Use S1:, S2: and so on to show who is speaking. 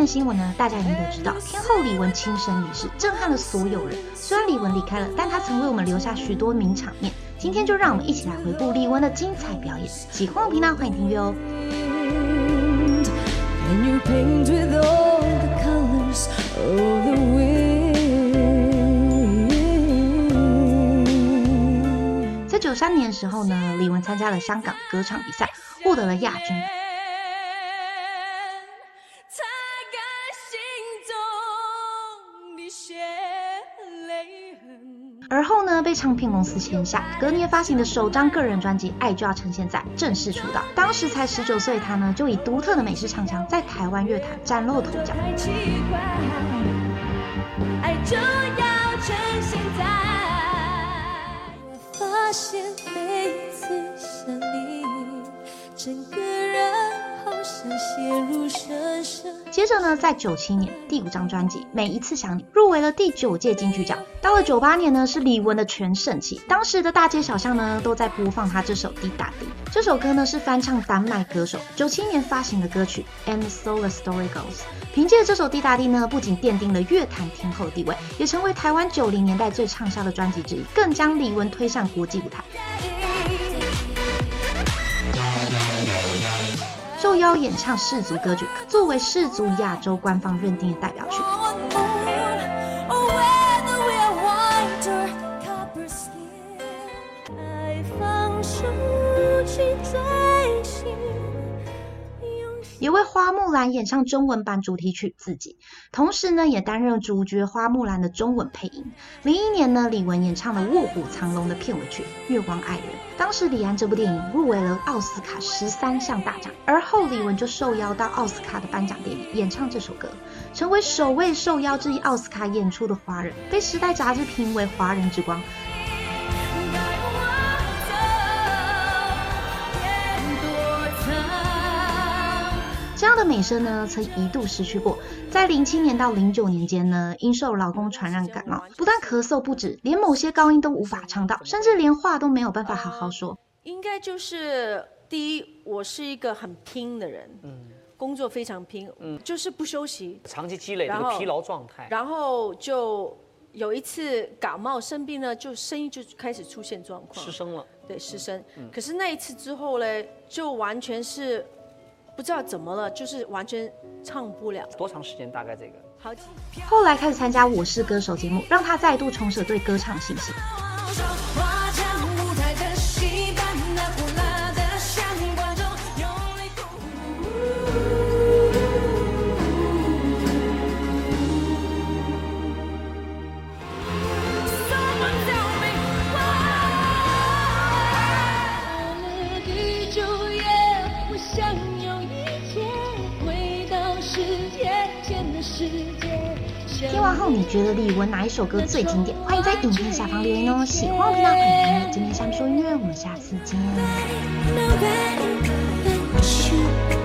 S1: 天的新闻呢，大家一定都知道，天后李玟亲生离世，震撼了所有人。虽然李玟离开了，但她曾为我们留下许多名场面。今天就让我们一起来回顾李玟的精彩表演。喜欢我频道，欢迎订阅哦。在93年的时候呢，李玟参加了香港歌唱比赛，获得了亚军。而后呢，被唱片公司签下，隔年发行的首张个人专辑《爱就要呈现在》正式出道。当时才19岁，他呢就以独特的美式唱腔，在台湾乐坛崭露头角。爱就要呈现在，我发现每一次想你，整个人好像陷入深深。接着呢，在97年第5张专辑《每一次想你》入围了第9届金曲奖。到了98年呢，是李玟的全盛期，当时的大街小巷呢都在播放她这首《滴答滴》。这首歌呢是翻唱丹麦歌手97年发行的歌曲《And So the Story Goes》。凭借这首《滴答滴》呢，不仅奠定了乐坛天后的地位，也成为台湾90年代最畅销的专辑之一，更将李玟推向国际舞台。受邀演唱世足歌曲，作为世足亚洲官方认定的代表曲。也为花木兰演唱中文版主题曲《自己》，同时呢，也担任主角花木兰的中文配音。01年呢，李玟演唱了《卧虎藏龙》的片尾曲《月光爱人》。当时李安这部电影入围了奥斯卡13项大奖，而后李玟就受邀到奥斯卡的颁奖典礼演唱这首歌，成为首位受邀至奥斯卡演出的华人，被《时代》杂志评为华人之光。这样的美声呢，曾一度失去过。在07年到09年间呢，因受老公传染感冒，不但咳嗽不止，连某些高音都无法唱到，甚至连话都没有办法好好说。
S2: 应该就是第一，我是一个很拼的人，工作非常拼，就是不休息，
S3: 长期积累的疲劳状态。
S2: 然后就有一次感冒生病呢，就声音就开始出现状况，
S3: 失声了。
S2: 对，失声。可是那一次之后呢，就完全是。不知道怎么了，就是完全唱不了。
S3: 多长时间？大概这个？
S2: 好几。
S1: 后来开始参加《我是歌手》节目，让他再度重拾对歌唱信心。听完后，你觉得李玟哪一首歌最经典？欢迎在影片下方留言哦！喜欢我频道，欢迎订阅。今天下面说音乐，我们下次见。